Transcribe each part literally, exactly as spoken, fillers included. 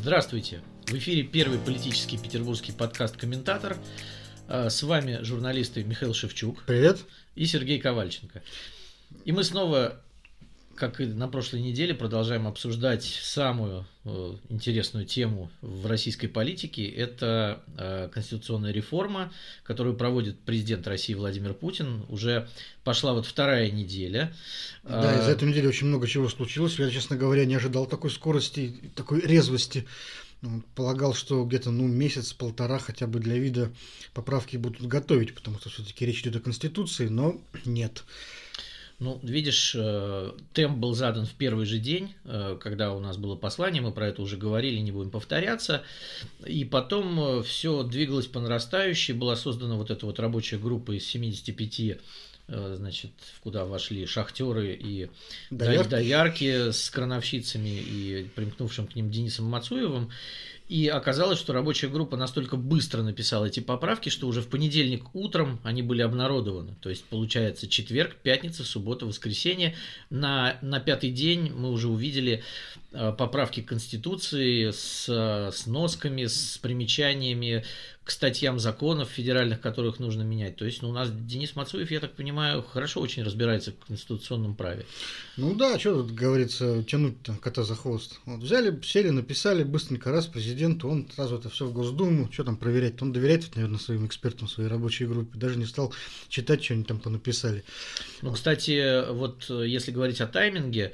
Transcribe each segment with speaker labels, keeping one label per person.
Speaker 1: Здравствуйте! В эфире первый политический петербургский подкаст «Комментатор». С вами журналисты Михаил Шевчук.
Speaker 2: Привет.
Speaker 1: И Сергей Ковальченко. И мы снова, как и на прошлой неделе, продолжаем обсуждать самую интересную тему в российской политике. Это конституционная реформа, которую проводит президент России Владимир Путин. Уже пошла вот вторая неделя.
Speaker 2: Да, и за эту неделю очень много чего случилось. Я, честно говоря, не ожидал такой скорости, такой резвости. Полагал, что где-то ну, месяц-полтора хотя бы для вида поправки будут готовить, потому что все-таки речь идет о Конституции, но нет.
Speaker 1: Ну, видишь, темп был задан в первый же день, когда у нас было послание, мы про это уже говорили, не будем повторяться. И потом все двигалось по нарастающей, была создана вот эта вот рабочая группа из семидесяти пяти, значит, куда вошли шахтеры и доярки, доярки с крановщицами и примкнувшим к ним Денисом Мацуевым. И оказалось, что рабочая группа настолько быстро написала эти поправки, что уже в понедельник утром они были обнародованы. То есть, получается, четверг, пятница, суббота, воскресенье. На, на пятый день мы уже увидели поправки к Конституции с, с носками, с примечаниями к статьям законов федеральных, которых нужно менять. То есть ну, у нас Денис Мацуев, я так понимаю, хорошо очень разбирается в конституционном праве.
Speaker 2: Ну да, что тут говорится, тянуть-то кота за хвост. Вот взяли, сели, написали быстренько раз президенту, он сразу это все в Госдуму, что там проверять. Он доверяет, наверное, своим экспертам, своей рабочей группе, даже не стал читать, что они там понаписали.
Speaker 1: Ну, кстати, вот если говорить о тайминге,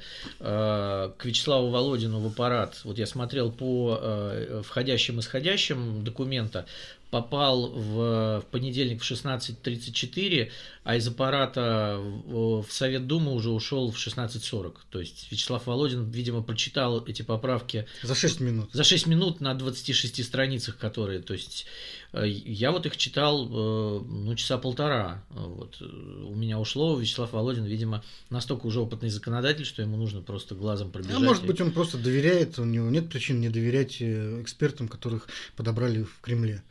Speaker 1: к Вячеславу Володину в аппарат, вот я смотрел по входящим и исходящим документа, попал в, в понедельник в шестнадцать тридцать четыре, а из аппарата в, в Совет Думы уже ушел в шестнадцать сорок. То есть Вячеслав Володин, видимо, прочитал эти поправки
Speaker 2: за шесть минут.
Speaker 1: За шесть минут на двадцати шести страницах, которые, то есть я вот их читал ну, часа полтора. Вот. У меня ушло, Вячеслав Володин, видимо, настолько уже опытный законодатель, что ему нужно просто глазом пробежать.
Speaker 2: А может быть, он просто доверяет, у него нет причин не доверять экспертам, которых подобрали в Кремле.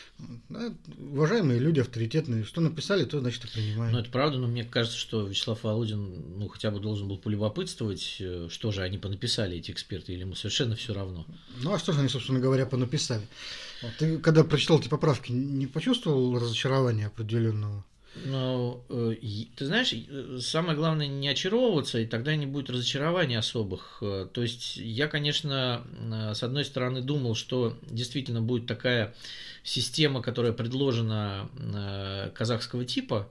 Speaker 2: Да, уважаемые люди, авторитетные, что написали, то, значит, и принимают.
Speaker 1: Ну, это правда, но мне кажется, что Вячеслав Володин, ну, хотя бы должен был полюбопытствовать, что же они понаписали, эти эксперты, или ему совершенно все равно.
Speaker 2: Ну, а что же они, собственно говоря, понаписали? Вот, ты, когда прочитал эти поправки, не почувствовал разочарования определенного?
Speaker 1: Ну, ты знаешь, самое главное не очаровываться, и тогда не будет разочарований особых. То есть я, конечно, с одной стороны думал, что действительно будет такая система, которая предложена казахского типа,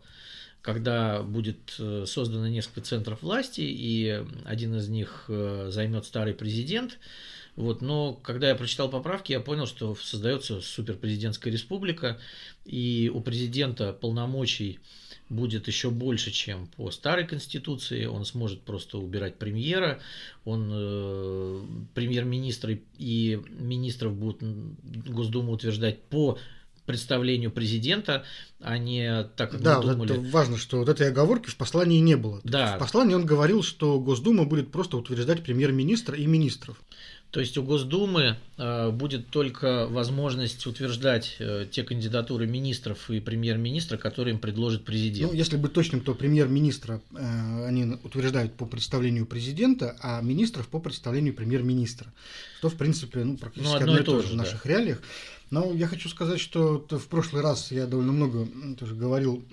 Speaker 1: когда будет создано несколько центров власти, и один из них займет старый президент. Вот, но когда я прочитал поправки, я понял, что создается суперпрезидентская республика, и у президента полномочий будет еще больше, чем по старой конституции. Он сможет просто убирать премьера, он э, премьер-министра и министров будут Госдума утверждать по представлению президента, а не так, как
Speaker 2: да,
Speaker 1: мы думали.
Speaker 2: Да, это важно, что вот этой оговорки в послании не было.
Speaker 1: Да.
Speaker 2: В послании он говорил, что Госдума будет просто утверждать премьер-министра и министров.
Speaker 1: То есть у Госдумы э, будет только возможность утверждать э, те кандидатуры министров и премьер-министра, которые им предложит президент.
Speaker 2: Ну, если быть точным, то премьер-министра э, они утверждают по представлению президента, а министров по представлению премьер-министра. Что, в принципе, ну, практически ну, одно, одно и то же в наших да. реалиях. Но я хочу сказать, что в прошлый раз я довольно много тоже говорил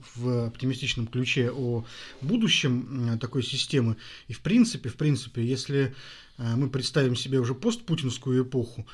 Speaker 2: в оптимистичном ключе о будущем такой системы. И в принципе, в принципе, если мы представим себе уже постпутинскую эпоху,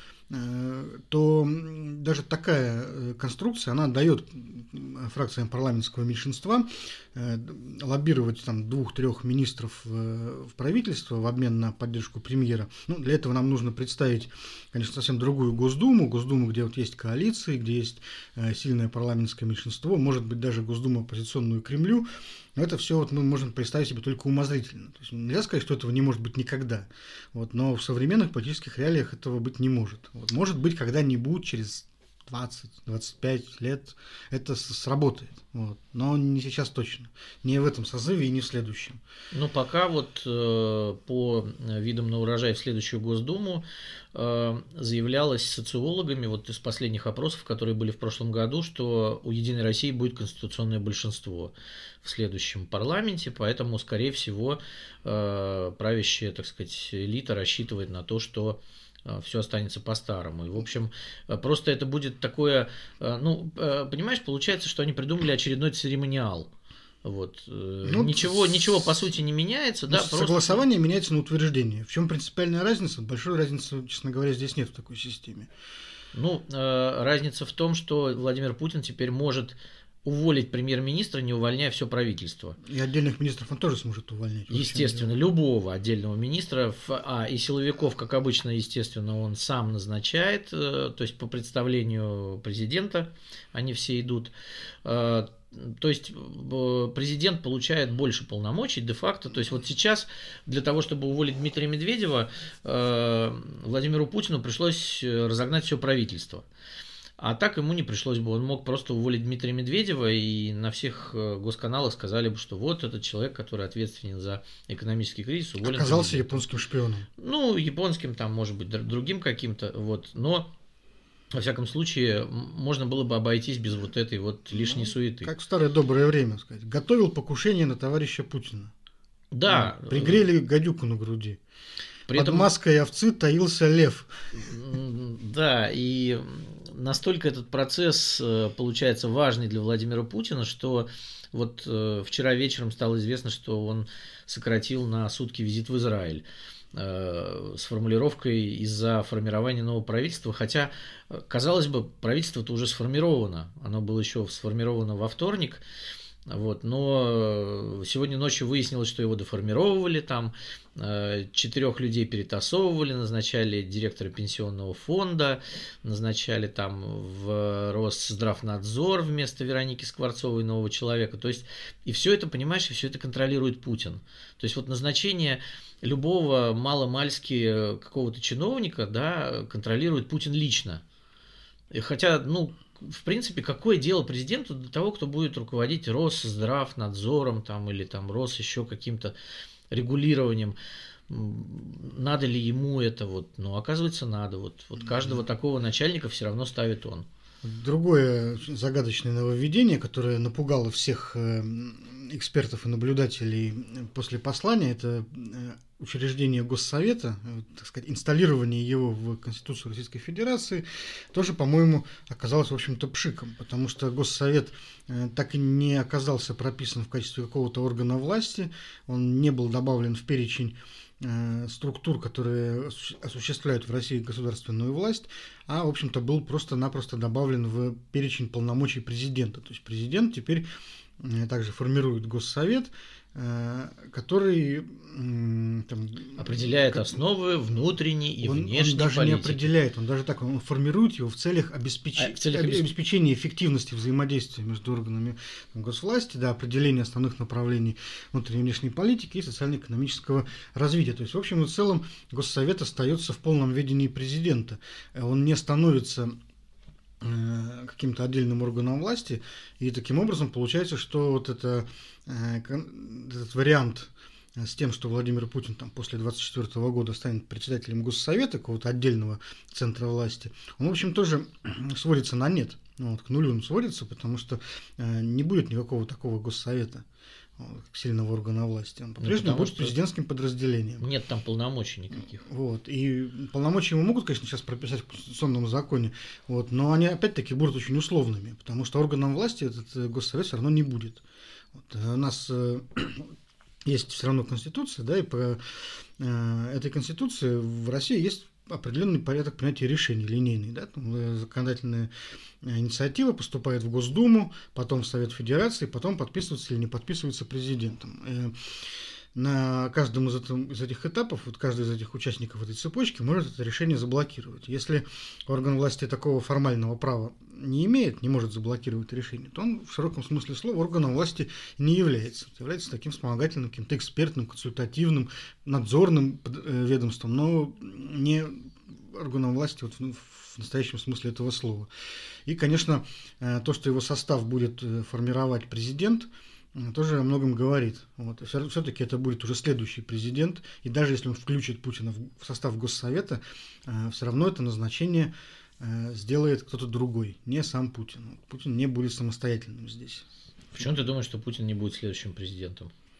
Speaker 2: то даже такая конструкция, она дает фракциям парламентского меньшинства лоббировать там двух-трех министров в правительство в обмен на поддержку премьера. Ну, для этого нам нужно представить, конечно, совсем другую Госдуму, Госдуму, где вот есть коалиции, где есть сильное парламентское меньшинство, может быть, даже Госдуму оппозиционную Кремлю. Но это все вот мы можем представить себе только умозрительно. То есть нельзя сказать, что этого не может быть никогда. Вот, но в современных политических реалиях этого быть не может. Вот, может быть, когда-нибудь через двадцать-двадцать пять лет это сработает. Вот, но не сейчас точно. Не в этом созыве и не в следующем.
Speaker 1: Ну, пока вот э, по видам на урожай в следующую Госдуму э, заявлялось социологами, вот из последних опросов, которые были в прошлом году, что у «Единой России» будет конституционное большинство в следующем парламенте, поэтому, скорее всего, э, правящая, так сказать, элита рассчитывает на то, что все останется по-старому. И, в общем, просто это будет такое, ну, понимаешь, получается, что они придумали очередной церемониал. Вот. Ну, ничего, ничего по сути не меняется.
Speaker 2: Ну,
Speaker 1: да,
Speaker 2: согласование просто... меняется на утверждение. В чем принципиальная разница? Большой разницы, честно говоря, здесь нет в такой системе.
Speaker 1: Ну, э, разница в том, что Владимир Путин теперь может уволить премьер-министра, не увольняя все правительство.
Speaker 2: И отдельных министров он тоже сможет увольнять.
Speaker 1: Естественно, любого отдельного министра, а и силовиков, как обычно, естественно, он сам назначает, то есть по представлению президента они все идут. То есть президент получает больше полномочий де-факто. То есть вот сейчас для того, чтобы уволить Дмитрия Медведева, Владимиру Путину пришлось разогнать все правительство. А так ему не пришлось бы, он мог просто уволить Дмитрия Медведева, и на всех госканалах сказали бы, что вот этот человек, который ответственен за экономический кризис, уволен.
Speaker 2: Оказался президентом. Японским шпионом.
Speaker 1: Ну, японским, там, может быть, другим каким-то, вот, но, во всяком случае, можно было бы обойтись без вот этой вот лишней ну, суеты.
Speaker 2: Как в старое доброе время, сказать, готовил покушение на товарища Путина.
Speaker 1: Да.
Speaker 2: Ну, пригрели гадюку на груди.
Speaker 1: При
Speaker 2: Под
Speaker 1: этом...
Speaker 2: маской овцы таился лев.
Speaker 1: Да, и настолько этот процесс получается важный для Владимира Путина, что вот вчера вечером стало известно, что он сократил на сутки визит в Израиль с формулировкой «из-за формирования нового правительства», хотя, казалось бы, правительство-то уже сформировано, оно было еще сформировано во вторник. Вот, но сегодня ночью выяснилось, что его деформировали, там четырех людей перетасовывали, назначали директора пенсионного фонда, назначали там в Росздравнадзор вместо Вероники Скворцовой нового человека. То есть, и все это, понимаешь, и все это контролирует Путин. То есть, вот назначение любого маломальски какого-то чиновника, да, контролирует Путин лично. И хотя, ну, в принципе, какое дело президенту до того, кто будет руководить Росздравнадзором там, или там Рос еще каким-то регулированием? Надо ли ему это? Вот? Ну, оказывается, надо. Вот, вот каждого такого начальника все равно ставит он.
Speaker 2: Другое загадочное нововведение, которое напугало всех экспертов и наблюдателей после послания, это учреждение Госсовета, так сказать, инсталлирование его в Конституцию Российской Федерации, тоже, по-моему, оказалось, в общем-то, пшиком, потому что Госсовет так и не оказался прописан в качестве какого-то органа власти, он не был добавлен в перечень структур, которые осуществляют в России государственную власть, а, в общем-то, был просто-напросто добавлен в перечень полномочий президента. То есть президент теперь также формирует Госсовет, который
Speaker 1: там, определяет как, основы внутренней и
Speaker 2: он,
Speaker 1: внешней
Speaker 2: он даже
Speaker 1: политики.
Speaker 2: не определяет, он даже так, он формирует его в целях, обеспеч... а, в целях обесп... обеспечения эффективности взаимодействия между органами там, госвласти, да, определения основных направлений внутренней и внешней политики и социально-экономического развития. То есть, в общем и целом, Госсовет остается в полном ведении президента. Он не становится каким-то отдельным органом власти, и таким образом получается, что вот это, этот вариант с тем, что Владимир Путин там, после двадцать четвёртого года станет председателем Госсовета, какого-то отдельного центра власти, он, в общем, тоже сводится на нет, вот, к нулю он сводится, потому что не будет никакого такого Госсовета, сильного органа власти. Он по-прежнему ну, будет президентским подразделением.
Speaker 1: Нет там полномочий никаких.
Speaker 2: Вот. И полномочия ему могут, конечно, сейчас прописать в конституционном законе, вот, но они опять-таки будут очень условными, потому что органом власти этот Госсовет все равно не будет. Вот. У нас э, есть все равно Конституция, да, и по э, этой Конституции в России есть определенный порядок принятия решений, линейный. Да? Там законодательная инициатива поступает в Госдуму, потом в Совет Федерации, потом подписывается или не подписывается президентом. На каждом из, этом, из этих этапов, вот каждый из этих участников этой цепочки может это решение заблокировать. Если орган власти такого формального права не имеет, не может заблокировать решение, то он в широком смысле слова органом власти не является. Является таким вспомогательным, каким-то экспертным, консультативным, надзорным ведомством, но не органом власти вот в настоящем смысле этого слова. И, конечно, то, что его состав будет формировать президент, тоже о многом говорит. Вот. Все-таки это будет уже следующий президент, и даже если он включит Путина в состав Госсовета, все равно это назначение сделает кто-то другой, не сам Путин. Путин не будет самостоятельным здесь.
Speaker 1: Почему ты думаешь, что Путин не будет следующим президентом?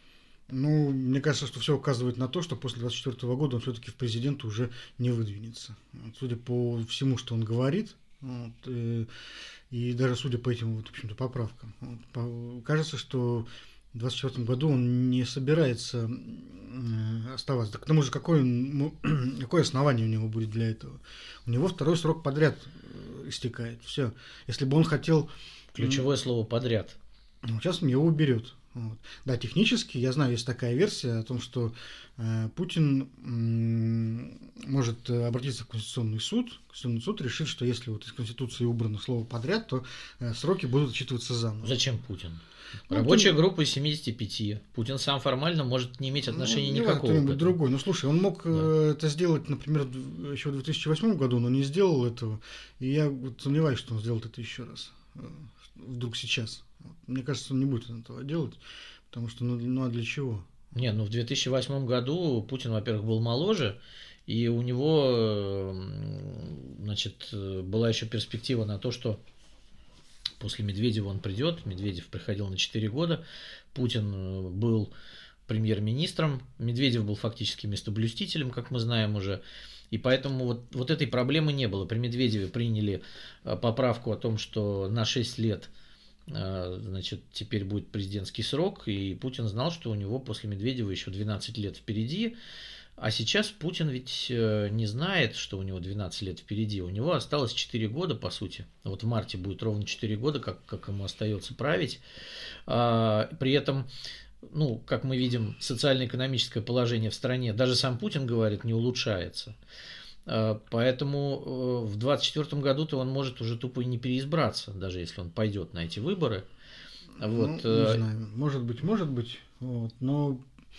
Speaker 2: Ну, мне кажется, что все указывает на то, что после двадцать четвёртого года он все-таки в президенты уже не выдвинется. Вот, судя по всему, что он говорит, вот, и, и даже судя по этим, вот, в общем-то, поправкам, вот, по, кажется, что в двадцать четвёртом году он не собирается оставаться. К тому же, какое, какое основание у него будет для этого? У него второй срок подряд истекает. Все. Если бы он хотел...
Speaker 1: Ключевое слово «подряд».
Speaker 2: Ну, сейчас он его уберет. Вот. Да, технически, я знаю, есть такая версия о том, что э, Путин м, может обратиться в Конституционный суд. Конституционный суд решит, что если вот из Конституции убрано слово «подряд», то э, сроки будут отчитываться заново.
Speaker 1: Зачем Путин? Ну, Рабочая ты... группа из семидесяти пяти. Путин сам формально может не иметь отношения ну, никакого.
Speaker 2: Кто-нибудь другой. Ну, слушай, он мог да. это сделать, например, еще в две тысячи восьмом году, но не сделал этого. И я вот сомневаюсь, что он сделает это еще раз. Вдруг сейчас. Мне кажется, он не будет этого делать, потому что, ну, ну а для чего?
Speaker 1: Не, ну в две тысячи восьмом году Путин, во-первых, был моложе, и у него, значит, была еще перспектива на то, что после Медведева он придет. Медведев приходил на четыре года, Путин был премьер-министром, Медведев был фактически местоблюстителем, как мы знаем уже. И поэтому вот, вот этой проблемы не было. При Медведеве приняли поправку о том, что на шесть лет, значит, теперь будет президентский срок, и Путин знал, что у него после Медведева еще двенадцать лет впереди. А сейчас Путин ведь не знает, что у него двенадцать лет впереди. У него осталось четыре года, по сути. Вот в марте будет ровно четыре года, как, как ему остается править. При этом... Ну, как мы видим, социально-экономическое положение в стране, даже сам Путин говорит, не улучшается. Поэтому в двадцать четвёртом году-то он может уже тупо и не переизбраться, даже если он пойдет на эти выборы. Вот.
Speaker 2: Ну, не знаю, может быть, может быть. Вот. Но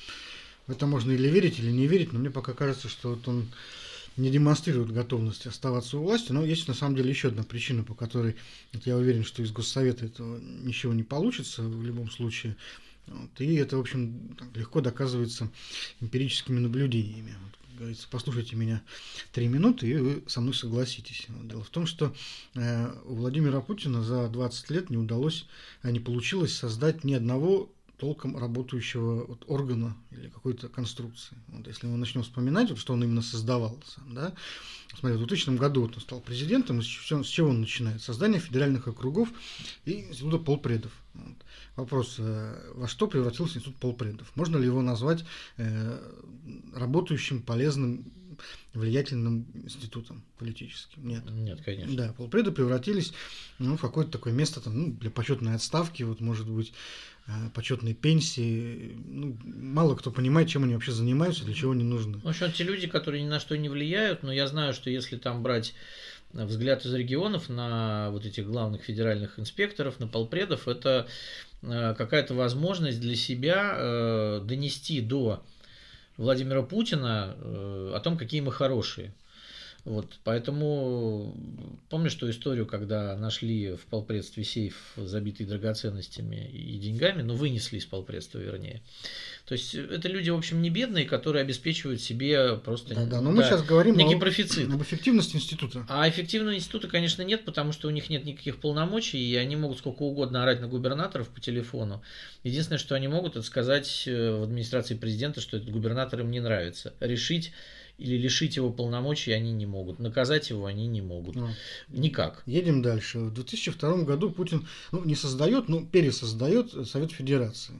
Speaker 2: в это можно или верить, или не верить, но мне пока кажется, что вот он не демонстрирует готовность оставаться у власти. Но есть на самом деле еще одна причина, по которой вот, я уверен, что из Госсовета этого ничего не получится в любом случае. Вот, и это, в общем, легко доказывается эмпирическими наблюдениями. Вот, как говорится, послушайте меня три минуты, и вы со мной согласитесь. Вот, дело в том, что э, у Владимира Путина за двадцать лет не удалось, не получилось создать ни одного толком работающего вот, органа или какой-то конструкции. Вот, если мы начнем вспоминать, вот, что он именно создавал сам, да, смотри, в двухтысячном году вот, он стал президентом, и с чего он начинает? Создание федеральных округов и института полпредов. Вот. Вопрос, во что превратился институт полпредов? Можно ли его назвать э, работающим, полезным, влиятельным институтом политическим? Нет.
Speaker 1: Нет, конечно.
Speaker 2: Да, полпреды превратились ну, в какое-то такое место там, ну, для почетной отставки, вот, может быть, э, почетной пенсии. Ну, мало кто понимает, чем они вообще занимаются, для чего они нужны.
Speaker 1: В общем, те люди, которые ни на что не влияют, но я знаю, что если там брать взгляд из регионов на вот этих главных федеральных инспекторов, на полпредов, это какая-то возможность для себя донести до Владимира Путина о том, какие мы хорошие. Вот, поэтому помнишь ту историю, когда нашли в полпредстве сейф, забитый драгоценностями и деньгами, ну, вынесли из полпредства, вернее. То есть, это люди, в общем, не бедные, которые обеспечивают себе просто
Speaker 2: да, да, но да, мы сейчас говорим
Speaker 1: некий
Speaker 2: о,
Speaker 1: профицит.
Speaker 2: Об эффективности института.
Speaker 1: А эффективного института, конечно, нет, потому что у них нет никаких полномочий, и они могут сколько угодно орать на губернаторов по телефону. Единственное, что они могут, это сказать в администрации президента, что этот губернатор им не нравится. Решить или лишить его полномочий они не могут. Наказать его они не могут. Ну, никак.
Speaker 2: Едем дальше. В две тысячи втором году Путин ну, не создает, но пересоздает Совет Федерации.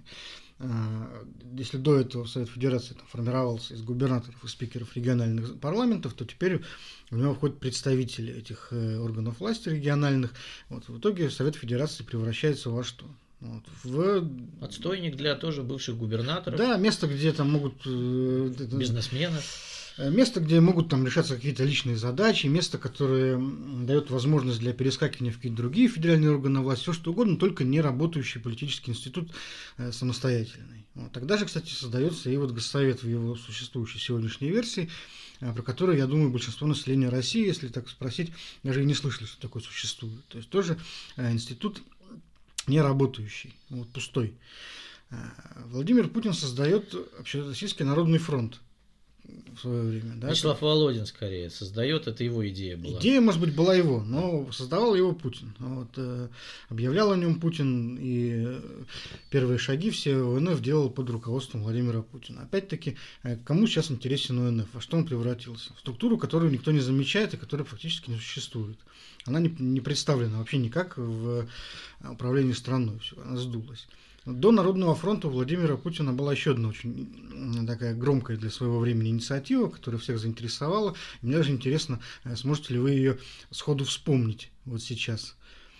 Speaker 2: Если до этого Совет Федерации там, формировался из губернаторов и спикеров региональных парламентов, то теперь в него входят представители этих органов власти региональных. Вот, в итоге Совет Федерации превращается во что? Вот, в...
Speaker 1: Отстойник для тоже бывших губернаторов.
Speaker 2: Да, место, где там могут...
Speaker 1: Бизнесмены.
Speaker 2: Место, где могут там решаться какие-то личные задачи, место, которое дает возможность для перескакивания в какие-то другие федеральные органы власти, все что угодно, только не работающий политический институт э, самостоятельный. Вот. Тогда же, кстати, создается и вот Госсовет в его существующей сегодняшней версии, э, про которую, я думаю, большинство населения России, если так спросить, даже и не слышали, что такое существует. То есть тоже э, институт не работающий, вот, пустой. Э, Владимир Путин создает Общероссийский народный фронт. в свое время. Да?
Speaker 1: Вячеслав Володин, скорее, создает, это его идея была.
Speaker 2: Идея, может быть, была его, но создавал его Путин. Вот, э, объявлял о нем Путин, и первые шаги все о эн эф делал под руководством Владимира Путина. Опять-таки, э, кому сейчас интересен о эн эф? Во что он превратился? В структуру, которую никто не замечает и которая фактически не существует. Она не, не представлена вообще никак в управлении страной. Все, она сдулась. До Народного фронта у Владимира Путина была еще одна очень такая громкая для своего времени инициатива, которая всех заинтересовала. Мне даже интересно, сможете ли вы ее сходу вспомнить вот сейчас.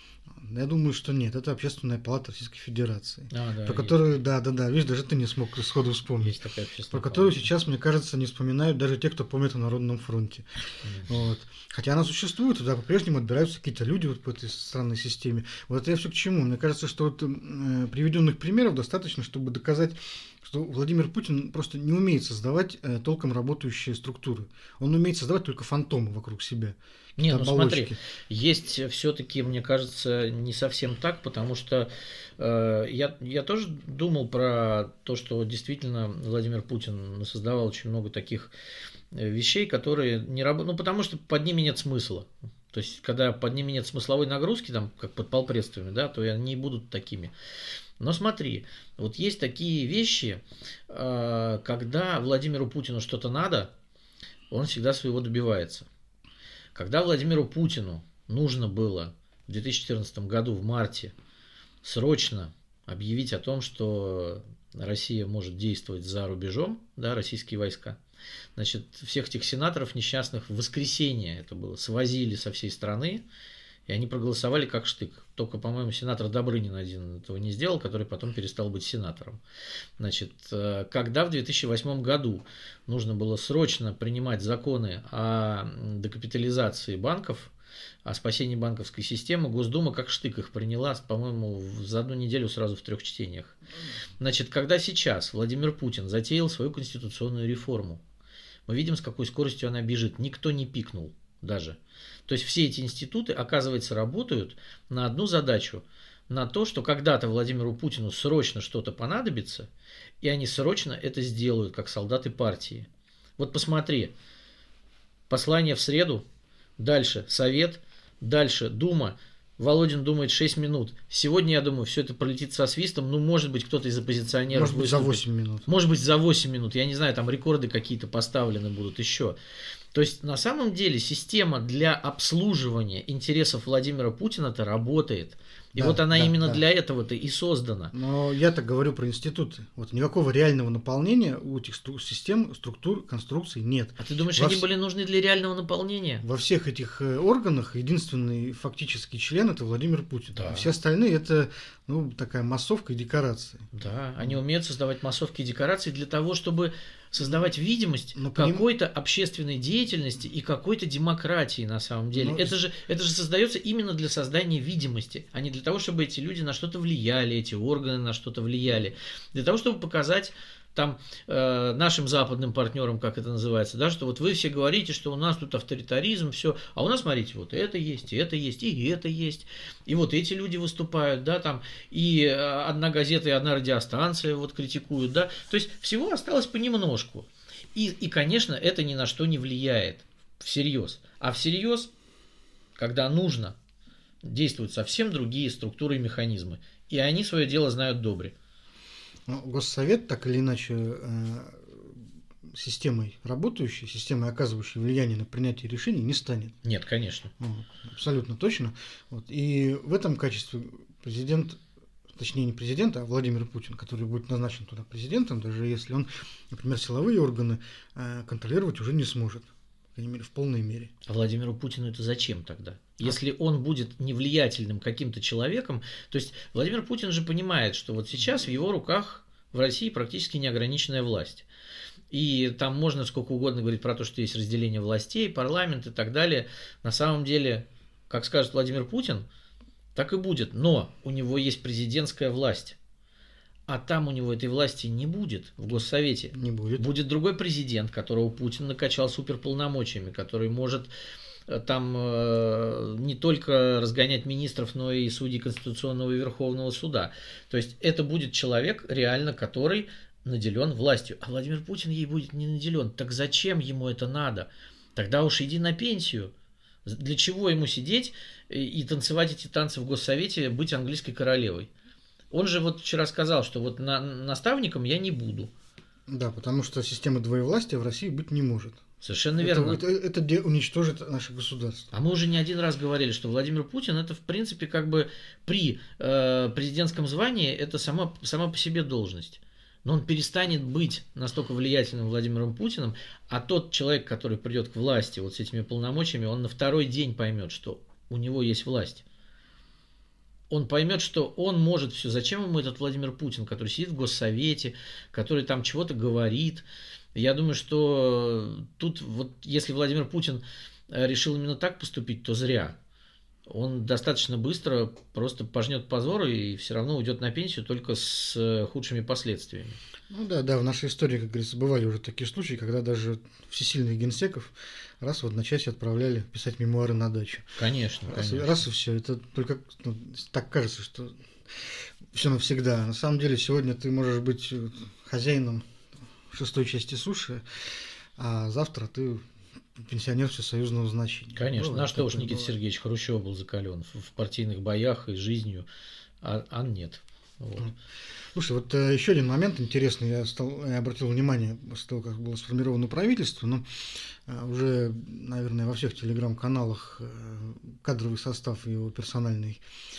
Speaker 2: Я думаю, что нет. Это Общественная палата Российской Федерации.
Speaker 1: А, да,
Speaker 2: про которую, да, да, да, видишь, даже ты не смог сходу вспомнить.
Speaker 1: Есть такая общественная
Speaker 2: про которую
Speaker 1: палата.
Speaker 2: Сейчас, мне кажется, не вспоминают даже те, кто помнит о Народном фронте. Mm. Вот. Хотя она существует, туда по-прежнему отбираются какие-то люди вот по этой странной системе. Вот это я все к чему. Мне кажется, что вот, э, приведенных примеров достаточно, чтобы доказать, что Владимир Путин просто не умеет создавать э, толком работающие структуры. Он умеет создавать только фантомы вокруг себя.
Speaker 1: Не, ну смотри, есть все-таки, мне кажется, не совсем так, потому что э, я, я тоже думал про то, что действительно Владимир Путин создавал очень много таких вещей, которые не работают, ну потому что под ними нет смысла. То есть, когда под ними нет смысловой нагрузки, там, как под полпредствами, да, то они будут такими. Но смотри, вот есть такие вещи, э, когда Владимиру Путину что-то надо, он всегда своего добивается. Когда Владимиру Путину нужно было в две тысячи четырнадцатом году в марте срочно объявить о том, что Россия может действовать за рубежом, да, российские войска, значит, всех этих сенаторов несчастных в воскресенье это было, свозили со всей страны, и они проголосовали как штык. Только, по-моему, сенатор Добрынин один этого не сделал, который потом перестал быть сенатором. Значит, когда в две тысячи восьмом году нужно было срочно принимать законы о декапитализации банков, о спасении банковской системы, Госдума как штык их приняла, по-моему, за одну неделю сразу в трех чтениях. Значит, когда сейчас Владимир Путин затеял свою конституционную реформу, мы видим, с какой скоростью она бежит. Никто не пикнул даже. То есть все эти институты, оказывается, работают на одну задачу, на то, что когда-то Владимиру Путину срочно что-то понадобится, и они срочно это сделают, как солдаты партии. Вот посмотри, послание в среду, дальше Совет, дальше Дума, Володин думает шесть минут. Сегодня, я думаю, все это пролетит со свистом. Ну, может быть, кто-то из оппозиционеров
Speaker 2: Может быть, выступит. за восемь минут.
Speaker 1: Может быть, за восемь минут. Я не знаю, там рекорды какие-то поставлены будут еще. То есть, на самом деле, система для обслуживания интересов Владимира Путина-то работает. И да, вот она да, именно да. для этого-то и создана.
Speaker 2: Но я-то говорю про институты. Вот никакого реального наполнения у этих систем, структур, конструкций нет.
Speaker 1: А ты думаешь,
Speaker 2: во
Speaker 1: они
Speaker 2: вс...
Speaker 1: были нужны для реального наполнения?
Speaker 2: Во всех этих органах единственный фактический член – это Владимир Путин.
Speaker 1: Да.
Speaker 2: А все остальные – это ну, такая массовка и декорации.
Speaker 1: Да, они умеют создавать массовки и декорации для того, чтобы создавать видимость но какой-то поним... общественной деятельности и какой-то демократии на самом деле. Но... Это же, это же создается именно для создания видимости, а не для того, чтобы эти люди на что-то влияли, эти органы на что-то влияли. Для того, чтобы показать там э, нашим западным партнерам, как это называется, да, что вот вы все говорите, что у нас тут авторитаризм, все, а у нас, смотрите, вот это есть, и это есть, и это есть, и вот эти люди выступают, да, там, и одна газета, и одна радиостанция вот критикуют, да, то есть всего осталось понемножку, и, и, конечно, это ни на что не влияет всерьез, а всерьез, когда нужно, действуют совсем другие структуры и механизмы, и они свое дело знают добре.
Speaker 2: Ну, Госсовет, так или иначе, э, системой работающей, системой, оказывающей влияние на принятие решений, не станет.
Speaker 1: Нет, конечно.
Speaker 2: Вот, абсолютно точно. Вот. И в этом качестве президент, точнее не президент, а Владимир Путин, который будет назначен туда президентом, даже если он, например, силовые органы э, контролировать уже не сможет. По крайней мере, в полной мере.
Speaker 1: А Владимиру Путину это зачем тогда? Если он будет невлиятельным каким-то человеком, то есть Владимир Путин же понимает, что вот сейчас в его руках в России практически неограниченная власть. И там можно сколько угодно говорить про то, что есть разделение властей, парламент и так далее. На самом деле, как скажет Владимир Путин, так и будет. Но у него есть президентская власть. А там у него этой власти не будет в Госсовете.
Speaker 2: Не будет.
Speaker 1: Будет другой президент, которого Путин накачал суперполномочиями, который может там э, не только разгонять министров, но и судей Конституционного и Верховного суда. То есть это будет человек, реально, который наделен властью, а Владимир Путин ей будет не наделен. Так зачем ему это надо? Тогда уж иди на пенсию. Для чего ему сидеть и танцевать эти танцы в Госсовете, быть английской королевой? Он же вот вчера сказал, что вот на, наставником я не буду.
Speaker 2: Да, потому что системы двоевластия в России быть не может.
Speaker 1: Совершенно верно.
Speaker 2: Это, это, это уничтожит наше государство.
Speaker 1: А мы уже не один раз говорили, что Владимир Путин это в принципе как бы при э, президентском звании это сама, сама по себе должность. Но он перестанет быть настолько влиятельным Владимиром Путиным, а тот человек, который придет к власти вот с этими полномочиями, он на второй день поймет, что у него есть власть. Он поймет, что он может все. Зачем ему этот Владимир Путин, который сидит в Госсовете, который там чего-то говорит? Я думаю, что тут вот если Владимир Путин решил именно так поступить, то зря. Он достаточно быстро просто пожнет позор и все равно уйдет на пенсию только с худшими последствиями.
Speaker 2: Ну да, да, в нашей истории, как говорится, бывали уже такие случаи, когда даже всесильных генсеков раз в одночасье отправляли писать мемуары на дачу.
Speaker 1: Конечно,
Speaker 2: раз,
Speaker 1: конечно.
Speaker 2: Раз и все. Это только ну, так кажется, что все навсегда. На самом деле сегодня ты можешь быть хозяином шестой части суши, а завтра ты пенсионер всесоюзного значения.
Speaker 1: Конечно.
Speaker 2: Ну,
Speaker 1: на что уж Никита
Speaker 2: бывает.
Speaker 1: Сергеевич Хрущев был закален в партийных боях и жизнью, а, а нет. Вот.
Speaker 2: Слушай, вот э, еще один момент интересный, я, стал, я обратил внимание после того, как было сформировано правительство, но э, уже, наверное, во всех телеграм-каналах э, кадровый состав его персональный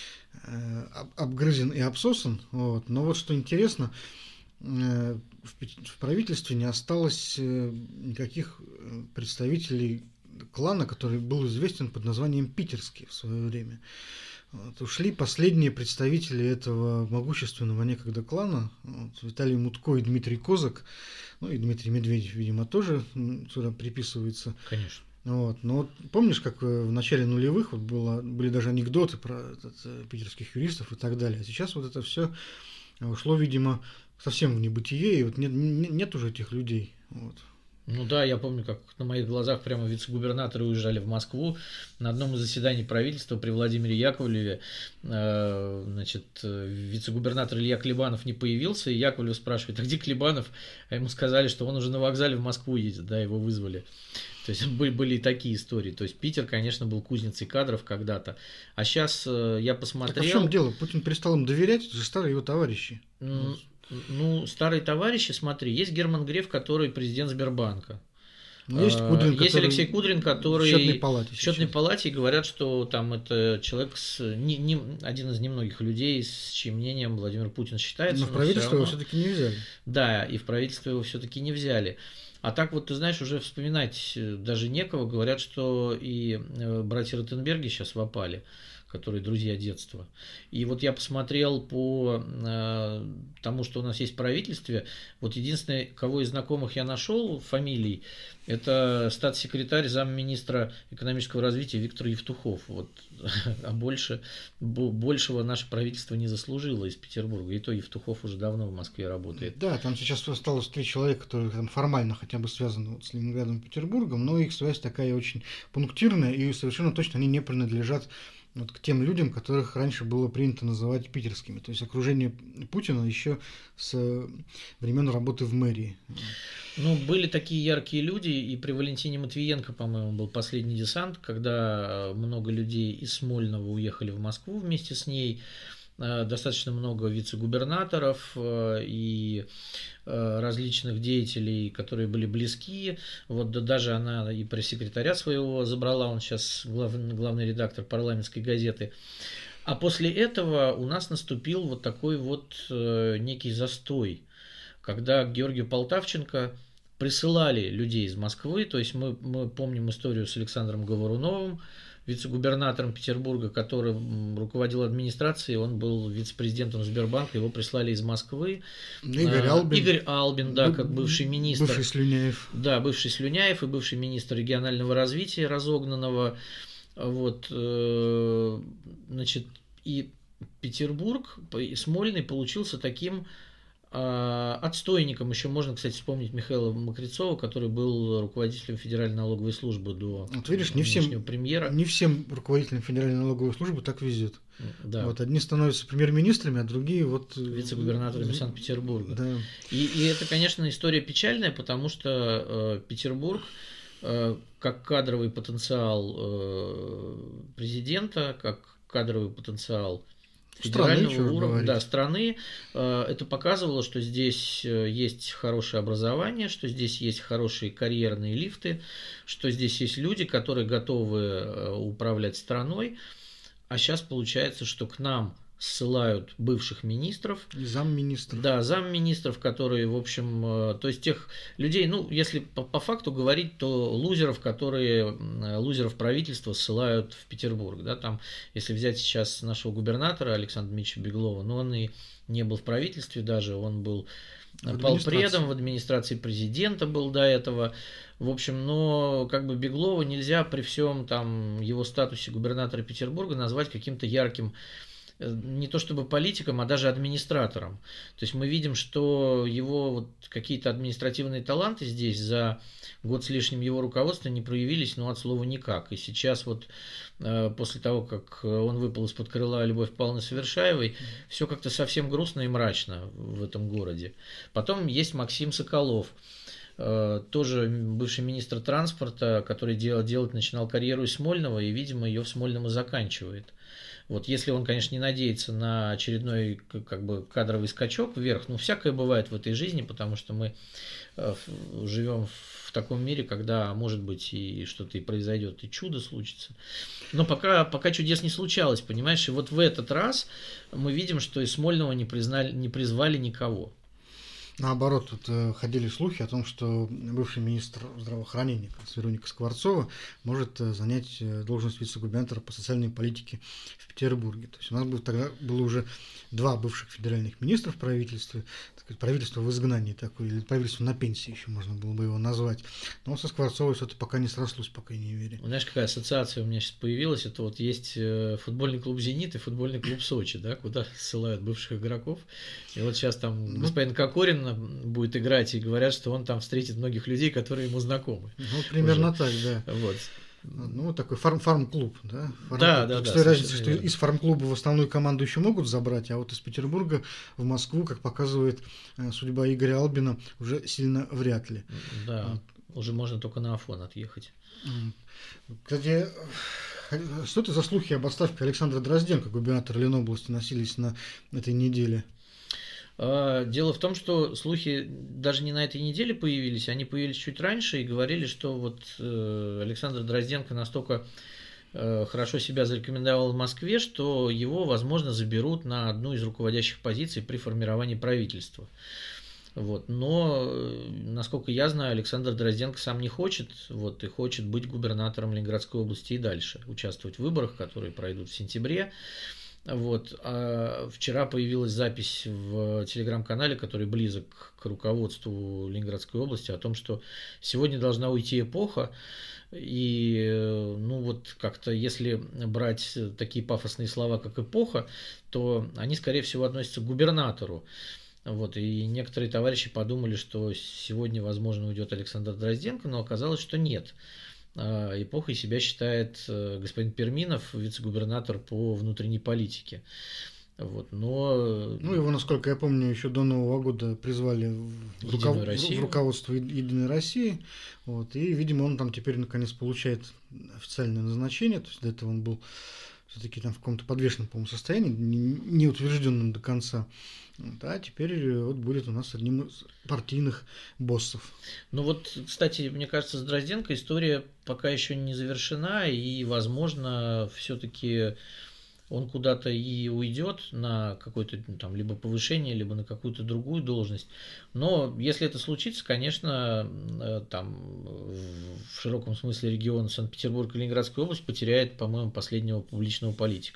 Speaker 2: э, обгрызен и обсосан. Вот. Но вот что интересно, э, в, в правительстве не осталось э, никаких представителей клана, который был известен под названием Питерский в свое время. Вот, ушли последние представители этого могущественного некогда клана, вот, Виталий Мутко и Дмитрий Козак, ну и Дмитрий Медведев, видимо, тоже сюда приписывается.
Speaker 1: Конечно.
Speaker 2: Вот, но вот помнишь, как в начале нулевых вот было, были даже анекдоты про этот, питерских юристов и так далее, а сейчас вот это все ушло, видимо, совсем в небытие, и вот нет, нет уже этих людей. Вот.
Speaker 1: Ну да, я помню, как на моих глазах прямо вице-губернаторы уезжали в Москву. На одном из заседаний правительства при Владимире Яковлеве э, значит, вице-губернатор Илья Клебанов не появился, и Яковлев спрашивает, а где Клебанов? А ему сказали, что он уже на вокзале в Москву едет, да, его вызвали. То есть были, были и такие истории. То есть Питер, конечно, был кузницей кадров когда-то. А сейчас э, я посмотрел...
Speaker 2: Так а в чем дело? Путин перестал им доверять, это же старые его товарищи.
Speaker 1: Mm. Ну, старые товарищи, смотри, есть Герман Греф, который президент Сбербанка.
Speaker 2: Ну, есть Кудрин,
Speaker 1: есть Алексей Кудрин, который
Speaker 2: в счетной палате,
Speaker 1: в счетной палате, и говорят, что там это человек, с, не, не, один из немногих людей, с чьим мнением Владимир Путин считается.
Speaker 2: Но в правительство его все-таки не взяли.
Speaker 1: Да, и в правительство его все-таки не взяли. А так вот, ты знаешь, уже вспоминать даже некого. Говорят, что и братья Ротенберги сейчас в опале, которые друзья детства. И вот я посмотрел по э, тому, что у нас есть в правительстве. Вот единственное, кого из знакомых я нашел фамилий, это статс-секретарь замминистра экономического развития Виктор Евтухов. Вот. А больше, большего наше правительство не заслужило из Петербурга. И то Евтухов уже давно в Москве работает.
Speaker 2: Да, там сейчас осталось три человека, которые там формально хотя бы связаны вот с Ленинградом и Петербургом, но их связь такая очень пунктирная, и совершенно точно они не принадлежат вот к тем людям, которых раньше было принято называть питерскими. То есть окружение Путина еще с времен работы в мэрии.
Speaker 1: Ну, были такие яркие люди, и при Валентине Матвиенко, по-моему, был последний десант, когда много людей из Смольного уехали в Москву вместе с ней. Достаточно много вице-губернаторов и различных деятелей, которые были близки. Вот да, даже она и пресс-секретаря своего забрала, он сейчас главный, главный редактор парламентской газеты. А после этого у нас наступил вот такой вот некий застой, когда к Георгию Полтавченко присылали людей из Москвы. То есть мы, мы помним историю с Александром Говоруновым, вице-губернатором Петербурга, который руководил администрацией, он был вице-президентом Сбербанка, его прислали из Москвы.
Speaker 2: Игорь Албин.
Speaker 1: Игорь Албин, да, как бывший министр.
Speaker 2: Бывший Слюняев.
Speaker 1: Да, бывший Слюняев и бывший министр регионального развития разогнанного. Вот, значит, и Петербург, Смольный получился таким А отстойником еще можно, кстати, вспомнить Михаила Мокрицова, который был руководителем Федеральной налоговой службы до
Speaker 2: вот видишь, не всем,
Speaker 1: премьера.
Speaker 2: Не всем руководителям Федеральной налоговой службы так везет.
Speaker 1: Да.
Speaker 2: Вот, одни становятся премьер-министрами, а другие вот...
Speaker 1: вице-губернаторами Санкт-Петербурга.
Speaker 2: Да.
Speaker 1: И, и это, конечно, история печальная, потому что э, Петербург, э, как кадровый потенциал э, президента, как кадровый потенциал федерального
Speaker 2: страны,
Speaker 1: уровня, да, страны, э, это показывало, что здесь есть хорошее образование, что здесь есть хорошие карьерные лифты, что здесь есть люди, которые готовы управлять страной. А сейчас получается, что к нам ссылают бывших министров.
Speaker 2: И замминистров.
Speaker 1: Да, замминистров, которые, в общем, то есть тех людей, ну, если по, по факту говорить, то лузеров, которые, лузеров правительства ссылают в Петербург. Да, там, если взять сейчас нашего губернатора Александра Дмитриевича Беглова, ну, он и не был в правительстве даже, он был полпредом в администрации президента был до этого. В общем, но как бы Беглова нельзя при всем там его статусе губернатора Петербурга назвать каким-то ярким, не то чтобы политиком, а даже администратором. То есть мы видим, что его вот какие-то административные таланты здесь за год с лишним его руководства не проявились, ну, от слова никак. И сейчас вот после того, как он выпал из-под крыла Любовь Павловны Совершаевой, все как-то совсем грустно и мрачно в этом городе. Потом есть Максим Соколов, тоже бывший министр транспорта, который дел, делать начинал карьеру из Смольного, и, видимо, ее в Смольном и заканчивает. Вот, если он, конечно, не надеется на очередной как бы кадровый скачок вверх, ну, всякое бывает в этой жизни, потому что мы живем в таком мире, когда, может быть, и что-то и произойдет, и чудо случится. Но пока, пока чудес не случалось, понимаешь, и вот в этот раз мы видим, что из Смольного не, признали, не призвали никого.
Speaker 2: Наоборот, тут э, ходили слухи о том, что бывший министр здравоохранения Вероника Скворцова может э, занять э, должность вице-губернатора по социальной политике в Петербурге. То есть у нас было, тогда было уже два бывших федеральных министра в правительстве, так сказать, правительство в изгнании такое, или правительство на пенсии еще можно было бы его назвать. Но со Скворцовой что-то пока не срослось, по крайней мере.
Speaker 1: Знаешь, какая ассоциация у меня сейчас появилась? Это вот есть футбольный клуб «Зенит» и футбольный клуб «Сочи», да, куда ссылают бывших игроков. И вот сейчас там ну, господин Кокорин будет играть, и говорят, что он там встретит многих людей, которые ему знакомы.
Speaker 2: Ну, примерно уже. Так, да.
Speaker 1: Вот.
Speaker 2: Ну, такой фарм, фарм-клуб, да? Фарм
Speaker 1: да, да,
Speaker 2: да. С
Speaker 1: той
Speaker 2: разницей, что из фарм-клуба в основную команду еще могут забрать, а вот из Петербурга в Москву, как показывает судьба Игоря Албина, уже сильно вряд ли.
Speaker 1: Да, вот. Уже можно только на Афон отъехать.
Speaker 2: Кстати, что это за слухи об отставке Александра Дрозденко, губернатора Ленобласти, носились на этой неделе?
Speaker 1: Дело в том, что слухи даже не на этой неделе появились, они появились чуть раньше и говорили, что вот Александр Дрозденко настолько хорошо себя зарекомендовал в Москве, что его, возможно, заберут на одну из руководящих позиций при формировании правительства. Вот. Но, насколько я знаю, Александр Дрозденко сам не хочет, вот, и хочет быть губернатором Ленинградской области и дальше, участвовать в выборах, которые пройдут в сентябре. Вот. А вчера появилась запись в телеграм-канале, который близок к руководству Ленинградской области, о том, что сегодня должна уйти эпоха. И ну вот как-то если брать такие пафосные слова, как эпоха, то они, скорее всего, относятся к губернатору. Вот, и некоторые товарищи подумали, что сегодня, возможно, уйдет Александр Дрозденко, но оказалось, что нет. Эпохой себя считает господин Перминов, вице-губернатор по внутренней политике. Вот, но...
Speaker 2: Ну, его, насколько я помню, еще до Нового года призвали в, руков... в руководство Единой России. Вот, и, видимо, он там теперь наконец получает официальное назначение. То есть до этого он был все-таки там в каком-то подвешенном, по-моему, состоянии, не утвержденном до конца. Да, теперь вот будет у нас одним из партийных боссов.
Speaker 1: Ну вот, кстати, мне кажется, с Дрозденко история пока еще не завершена, и, возможно, все-таки он куда-то и уйдет на какое-то там либо повышение, либо на какую-то другую должность. Но если это случится, конечно, там в широком смысле регион Санкт-Петербург и Ленинградская область потеряет, по-моему, последнего публичного политика.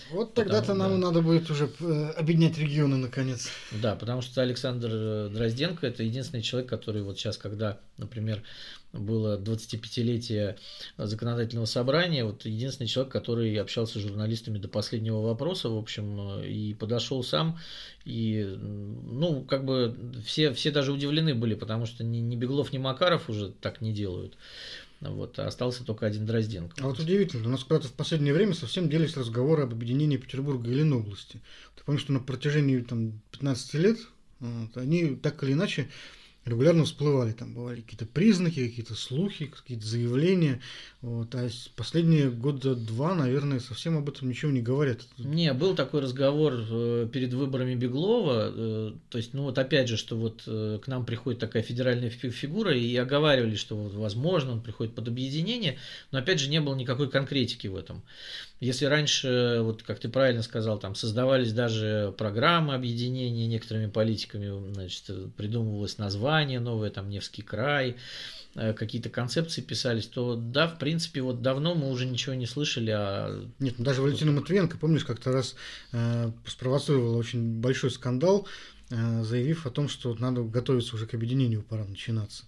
Speaker 2: Вот тогда-то потому, нам да. надо будет уже объединять регионы наконец.
Speaker 1: Да, потому что Александр Дрозденко – это единственный человек, который вот сейчас, когда, например, было двадцатипятилетие законодательного собрания, вот единственный человек, который общался с журналистами до последнего вопроса, в общем, и подошел сам, и, ну, как бы все, все даже удивлены были, потому что ни, ни Беглов, ни Макаров уже так не делают. Вот, а остался только один Дрозденко.
Speaker 2: А вот удивительно, у нас когда-то в последнее время совсем делись разговоры об объединении Петербурга и Ленобласти. Ты помнишь, что на протяжении там, пятнадцати лет вот, они так или иначе регулярно всплывали, там бывали какие-то признаки, какие-то слухи, какие-то заявления. Вот. А последние года два, наверное, совсем об этом ничего не говорят.
Speaker 1: Не, был такой разговор перед выборами Беглова. То есть, ну вот опять же, что вот к нам приходит такая федеральная фигура, и оговаривали, что вот, возможно, он приходит под объединение, но опять же не было никакой конкретики в этом. Если раньше, вот как ты правильно сказал, там создавались даже программы объединения некоторыми политиками, значит, придумывалось название новое, там Невский край, какие-то концепции писались, то да, в принципе, вот давно мы уже ничего не слышали. А...
Speaker 2: Нет, ну даже Валентина Матвиенко, помнишь, как-то раз э, спровоцировала очень большой скандал, э, заявив о том, что надо готовиться уже к объединению, пора начинаться.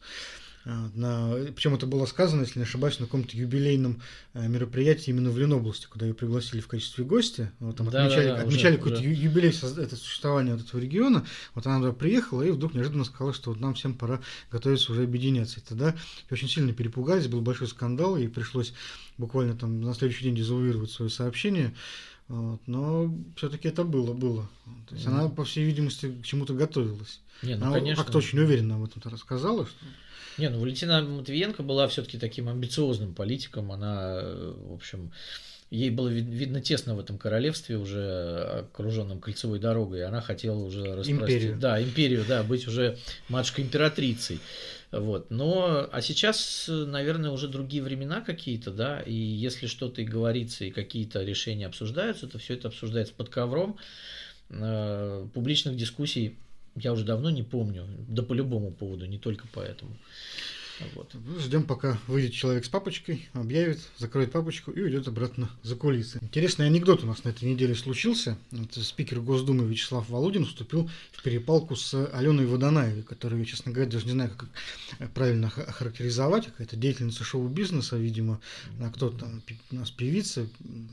Speaker 2: На, причем это было сказано, если не ошибаюсь, на каком-то юбилейном мероприятии именно в Ленобласти, куда ее пригласили в качестве гостя. Вот, там да, отмечали, да, да, отмечали какой-то уже. юбилей это существования этого региона. Вот она туда приехала и вдруг неожиданно сказала, что вот нам всем пора готовиться уже объединяться. И тогда очень сильно перепугались, был большой скандал, и пришлось буквально там на следующий день дезавуировать свое сообщение. Вот, но все-таки это было, было. То есть mm-hmm. она, по всей видимости, к чему-то готовилась.
Speaker 1: Не, ну,
Speaker 2: она
Speaker 1: конечно.
Speaker 2: как-то очень уверенно об этом рассказала, что...
Speaker 1: Не, ну Валентина Матвиенко была все-таки таким амбициозным политиком. Она, в общем, ей было видно тесно в этом королевстве, уже окруженном кольцевой дорогой. Она хотела уже распространить.
Speaker 2: Империю.
Speaker 1: Да, империю, да, быть уже матушкой-императрицей. Вот. Но, а сейчас, наверное, уже другие времена какие-то, да, и если что-то и говорится, и какие-то решения обсуждаются, то все это обсуждается под ковром. Публичных дискуссий я уже давно не помню, да по любому поводу, не только по этому. Вот.
Speaker 2: Ждем, пока выйдет человек с папочкой, объявит, закроет папочку и уйдет обратно за кулисы. Интересный анекдот у нас на этой неделе случился. Это спикер Госдумы Вячеслав Володин вступил в перепалку с Аленой Водонаевой, которую я, честно говоря, даже не знаю, как правильно охарактеризовать. Какая-то деятельница шоу-бизнеса, видимо. А кто там у нас певица,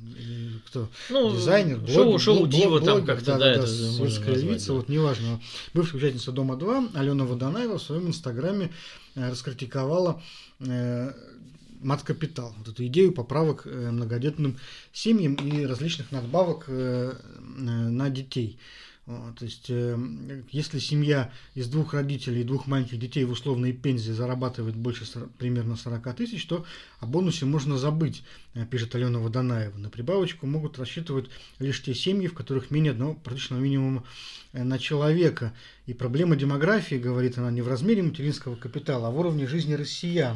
Speaker 2: кто
Speaker 1: ну,
Speaker 2: дизайнер, блогер,
Speaker 1: шоу, шоу
Speaker 2: блог,
Speaker 1: дива
Speaker 2: блог,
Speaker 1: там
Speaker 2: блог,
Speaker 1: как-то,
Speaker 2: да,
Speaker 1: да,
Speaker 2: да,
Speaker 1: это
Speaker 2: светская львица,
Speaker 1: да.
Speaker 2: вот неважно. Бывшая участница Дома-два Алена Водонаева в своем инстаграме раскритиковала э, мат-капитал, вот эту идею поправок э, многодетным семьям и различных надбавок э, э, на детей. Вот, то есть, э, если семья из двух родителей и двух маленьких детей в условной пенсии зарабатывает больше примерно сорок тысяч, то о бонусе можно забыть, пишет Алена Водонаева. На прибавочку могут рассчитывать лишь те семьи, в которых менее одного прожиточного минимума на человека. И проблема демографии, говорит она, не в размере материнского капитала, а в уровне жизни россиян.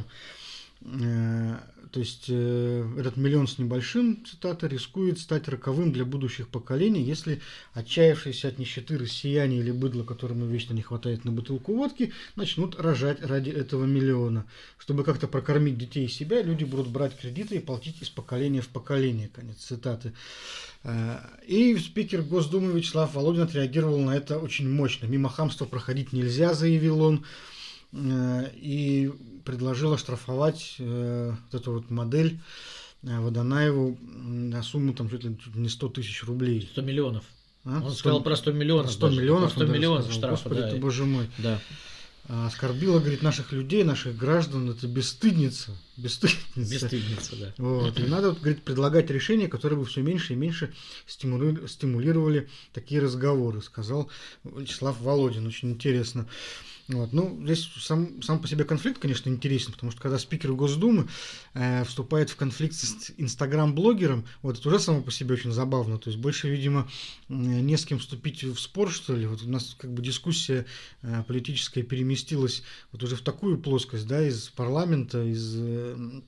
Speaker 2: То есть этот миллион с небольшим, цитата, рискует стать роковым для будущих поколений, если отчаявшиеся от нищеты россияне или быдло, которому вечно не хватает на бутылку водки, начнут рожать ради этого миллиона. Чтобы как-то прокормить детей и себя, люди будут брать кредиты и платить из поколения в поколение. Конец цитаты. И спикер Госдумы Вячеслав Володин отреагировал на это очень мощно. Мимо хамства проходить нельзя, заявил он. И предложил оштрафовать э, вот эту вот модель э, Водонаеву на сумму там чуть ли не сто тысяч рублей.
Speaker 1: сто миллионов.
Speaker 2: А?
Speaker 1: Он сто, сказал про сто миллионов.
Speaker 2: сто миллионов,
Speaker 1: сто миллионов штрафа.
Speaker 2: Господи,
Speaker 1: да,
Speaker 2: ты, боже мой.
Speaker 1: Да.
Speaker 2: Оскорбила, говорит, наших людей, наших граждан. Это бесстыдница. Бесстыдница.
Speaker 1: Бесстыдница, да.
Speaker 2: Вот. И надо, говорит, предлагать решения, которые бы все меньше и меньше стимули... стимулировали такие разговоры, сказал Вячеслав Володин. Очень интересно. Вот. Ну, здесь сам, сам по себе конфликт, конечно, интересен, потому что когда спикер Госдумы э, вступает в конфликт с инстаграм-блогером, вот это уже само по себе очень забавно. То есть больше, видимо, не с кем вступить в спор, что ли. Вот у нас как бы дискуссия э, политическая переместилась вот уже в такую плоскость, да, из парламента, из э,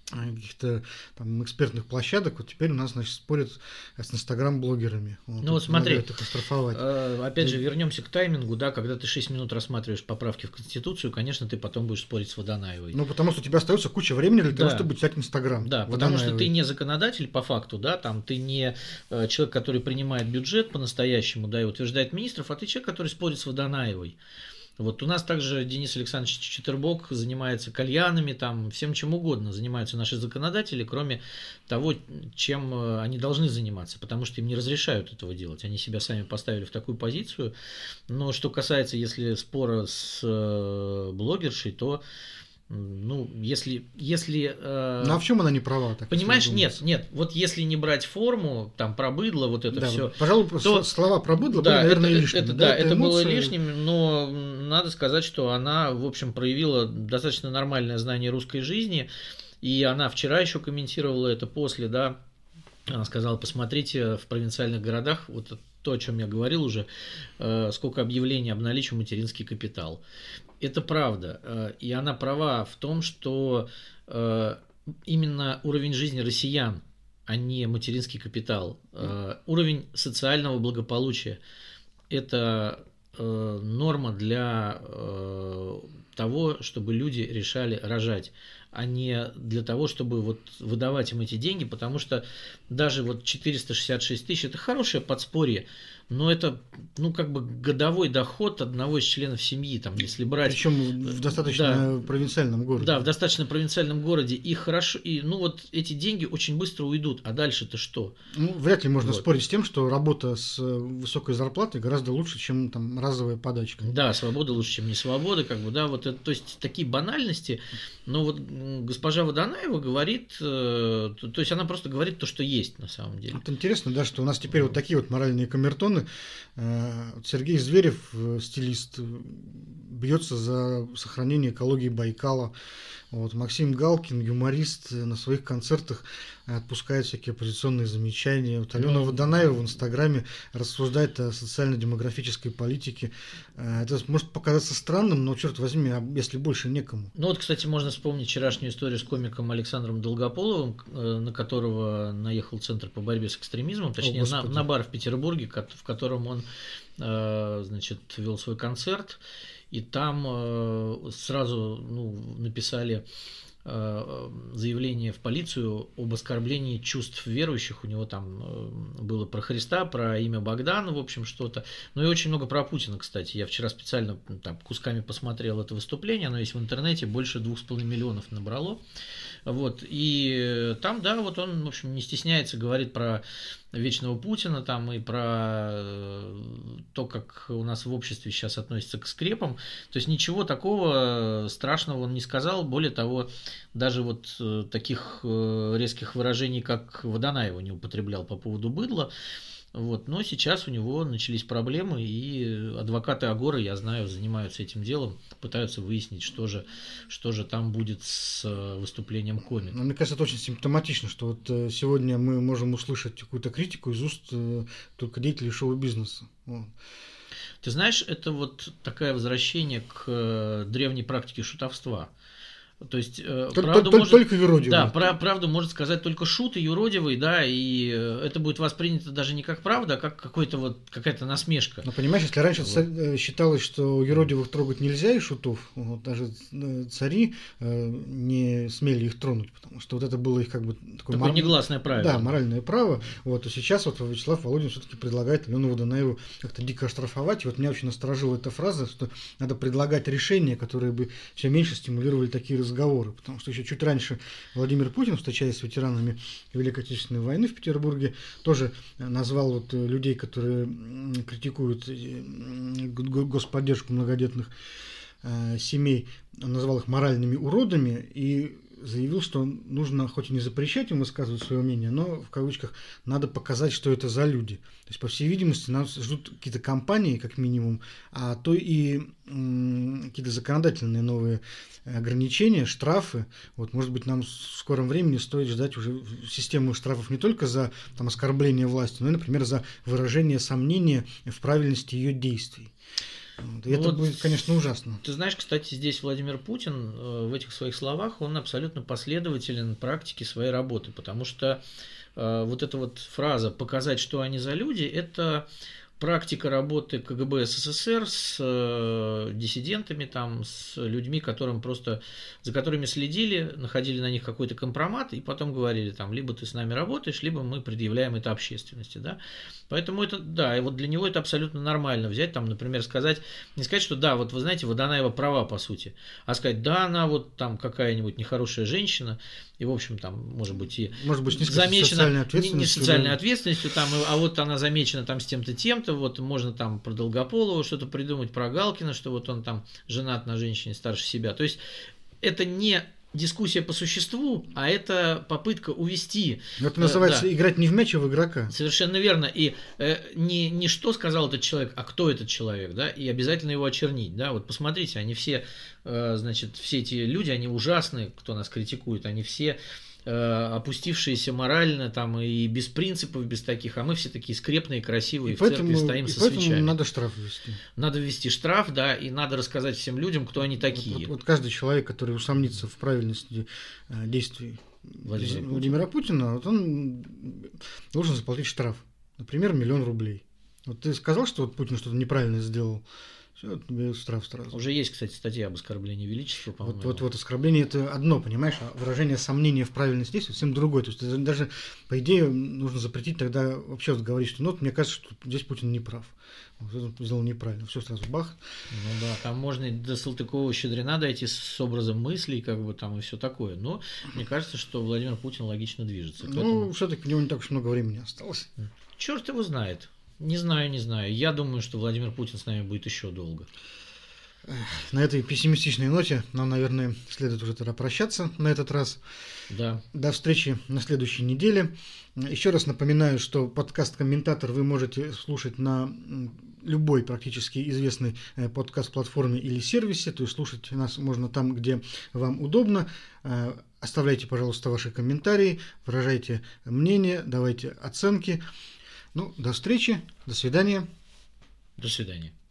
Speaker 2: каких-то там экспертных площадок, вот теперь у нас, значит, спорят с инстаграм-блогерами.
Speaker 1: Вот, ну вот смотри, их
Speaker 2: оштрафовать.
Speaker 1: Э, опять же, вернемся к таймингу, да, когда ты шесть минут рассматриваешь поправки в Конституцию, конечно, ты потом будешь спорить с Водонаевой.
Speaker 2: Ну, потому что у тебя остается куча времени для того, да. чтобы читать Инстаграм.
Speaker 1: Да, потому что ты не законодатель по факту, да, там ты не э, человек, который принимает бюджет по-настоящему, да, и утверждает министров, а ты человек, который спорит с Водонаевой. Вот у нас также Денис Александрович Четербок занимается кальянами, там, всем чем угодно занимаются наши законодатели, кроме того, чем они должны заниматься, потому что им не разрешают этого делать. Они себя сами поставили в такую позицию. Но что касается, если спора с блогершей, то ну, если... если э,
Speaker 2: ну, а в чем она не права? Так,
Speaker 1: понимаешь, нет, нет. Вот если не брать форму, там, про быдло, вот это
Speaker 2: да,
Speaker 1: все...
Speaker 2: Пожалуй, то, слова про быдло да, были, наверное,
Speaker 1: это,
Speaker 2: лишними.
Speaker 1: Это,
Speaker 2: да,
Speaker 1: да,
Speaker 2: это,
Speaker 1: это было
Speaker 2: эмоции...
Speaker 1: лишним, но надо сказать, что она, в общем, проявила достаточно нормальное знание русской жизни, и она вчера еще комментировала это после, да, она сказала, посмотрите в провинциальных городах, вот то, о чем я говорил уже, э, сколько объявлений об наличии материнский капитал. Это правда, и она права в том, что именно уровень жизни россиян, а не материнский капитал, уровень социального благополучия – это норма для того, чтобы люди решали рожать, а не для того, чтобы вот выдавать им эти деньги, потому что даже вот четыреста шестьдесят шесть тысяч – это хорошее подспорье, но это, ну, как бы годовой доход одного из членов семьи, там, если брать...
Speaker 2: Причем в достаточно да, провинциальном городе.
Speaker 1: Да, в достаточно провинциальном городе. И хорошо, и, ну, вот эти деньги очень быстро уйдут. А дальше-то что?
Speaker 2: Ну, вряд ли можно вот. спорить с тем, что работа с высокой зарплатой гораздо лучше, чем там разовая подачка.
Speaker 1: Да, свобода лучше, чем не свобода, как бы, да, вот это, то есть такие банальности. Но вот госпожа Водонаева говорит, то, то есть она просто говорит то, что есть на самом деле.
Speaker 2: Это интересно, да, что у нас теперь вот такие вот моральные камертоны. Сергей Зверев, стилист, бьется за сохранение экологии Байкала. Вот, Максим Галкин, юморист, на своих концертах отпускает всякие оппозиционные замечания. Вот Алена Водонаева в Инстаграме рассуждает о социально-демографической политике. Это может показаться странным, но, черт возьми, если больше некому.
Speaker 1: Ну вот, кстати, можно вспомнить вчерашнюю историю с комиком Александром Долгополовым, на которого наехал Центр по борьбе с экстремизмом, точнее, О, на, на бар в Петербурге, в котором он, значит, вел свой концерт. И там э, сразу ну, написали э, заявление в полицию об оскорблении чувств верующих. У него там э, было про Христа, про имя Богдана, в общем, что-то. Ну и очень много про Путина, кстати. Я вчера специально там кусками посмотрел это выступление. Оно есть в интернете, больше двух с половиной миллионов набрало. Вот, и там, да, вот он, в общем, не стесняется, говорит про вечного Путина там и про то, как у нас в обществе сейчас относятся к скрепам. То есть ничего такого страшного он не сказал. Более того, даже вот таких резких выражений, как Водонаева не употреблял по поводу быдла. Вот. Но сейчас у него начались проблемы, и адвокаты Агоры, я знаю, занимаются этим делом, пытаются выяснить, что же, что же там будет с выступлением комика.
Speaker 2: Мне кажется, это очень симптоматично, что вот сегодня мы можем услышать какую-то критику из уст только деятелей шоу-бизнеса. Вот.
Speaker 1: Ты знаешь, это вот такое возвращение к древней практике шутовства. То есть, только, правду
Speaker 2: только,
Speaker 1: может,
Speaker 2: только юродивый.
Speaker 1: Да, правду может сказать только шут и юродивый, да, и это будет воспринято даже не как правда, а как какой-то вот, какая-то насмешка.
Speaker 2: Ну, понимаешь, если раньше вот. считалось, что юродивых трогать нельзя и шутов, вот, даже цари э, не смели их тронуть, потому что вот это было их как бы такое,
Speaker 1: такое мор... негласное правило.
Speaker 2: Да, моральное право. Вот, и сейчас вот Вячеслав Володин все-таки предлагает Алену Водонаеву как-то дико оштрафовать. И вот меня очень насторожила эта фраза, что надо предлагать решения, которые бы все меньше стимулировали такие разговоры. разговоры, потому что еще чуть раньше Владимир Путин, встречаясь с ветеранами Великой Отечественной войны в Петербурге, тоже назвал вот людей, которые критикуют господдержку многодетных семей, он назвал их моральными уродами и заявил, что нужно хоть и не запрещать им высказывать свое мнение, но в кавычках надо показать, что это за люди. То есть, по всей видимости, нас ждут какие-то кампании, как минимум, а то и м- какие-то законодательные новые ограничения, штрафы. Вот, может быть, нам в скором времени стоит ждать уже систему штрафов не только за там, оскорбление власти, но и, например, за выражение сомнения в правильности ее действий. И это вот, будет, конечно, ужасно.
Speaker 1: Ты знаешь, кстати, здесь Владимир Путин в этих своих словах, он абсолютно последователен в практике своей работы, потому что э, вот эта вот фраза «показать, что они за люди» – это практика работы КГБ СССР с э, диссидентами, там, с людьми, которым просто, за которыми следили, находили на них какой-то компромат и потом говорили, там, либо ты с нами работаешь, либо мы предъявляем это общественности. Да? Поэтому это, да, и вот для него это абсолютно нормально взять, там, например, сказать, не сказать, что да, вот вы знаете, Водонаева права по сути, а сказать, да, она вот там какая-нибудь нехорошая женщина, и, в общем, там, может быть, и
Speaker 2: может быть,
Speaker 1: замечена
Speaker 2: социальной ответственностью,
Speaker 1: не социальной ответственностью, там, а вот она замечена там с тем-то, тем-то, вот можно там про Долгополова что-то придумать, про Галкина, что вот он там женат на женщине старше себя. То есть это не дискуссия по существу, а это попытка увести.
Speaker 2: Это называется э, да. играть не в мяч, а в игрока.
Speaker 1: Совершенно верно. И э, не, не что сказал этот человек, а кто этот человек, да, и обязательно его очернить. Да? Вот посмотрите, они все, э, значит, все эти люди, они ужасные, кто нас критикует, они все опустившиеся морально там и без принципов, без таких, а мы все такие скрепные, красивые, и в
Speaker 2: поэтому,
Speaker 1: церкви стоим
Speaker 2: и
Speaker 1: со свечами.
Speaker 2: Надо штраф ввести.
Speaker 1: Надо ввести штраф, да, и надо рассказать всем людям, кто они такие.
Speaker 2: Вот, вот, вот каждый человек, который усомнится в правильности э, действий Владимира, Владимира Путина, вот он должен заплатить штраф, например, миллион рублей. Вот ты сказал, что вот Путин что-то неправильно сделал. Все, тебе штраф сразу.
Speaker 1: Уже есть, кстати, статья об оскорблении величества, по-моему.
Speaker 2: Вот, вот, вот оскорбление это одно, понимаешь, а выражение сомнения в правильности действий совсем другое. То есть даже, по идее, нужно запретить тогда вообще вот говорить, что ну, вот, мне кажется, что здесь Путин не прав. Вот это сделал неправильно. Все сразу бах.
Speaker 1: Ну да, там можно и до Салтыкова-Щедрина дойти с образом мыслей, как бы там и все такое. Но мне кажется, что Владимир Путин логично движется.
Speaker 2: Ну,
Speaker 1: поэтому...
Speaker 2: все-таки у него не так уж много времени осталось.
Speaker 1: Черт его знает. Не знаю, не знаю. Я думаю, что Владимир Путин с нами будет еще долго.
Speaker 2: На этой пессимистичной ноте нам, наверное, следует уже тогда прощаться на этот раз.
Speaker 1: Да.
Speaker 2: До встречи на следующей неделе. Еще раз напоминаю, что подкаст «Комментатор» вы можете слушать на любой практически известной подкаст-платформе или сервисе. То есть слушать нас можно там, где вам удобно. Оставляйте, пожалуйста, ваши комментарии, выражайте мнение, давайте оценки. Ну, до встречи, до свидания.
Speaker 1: До свидания.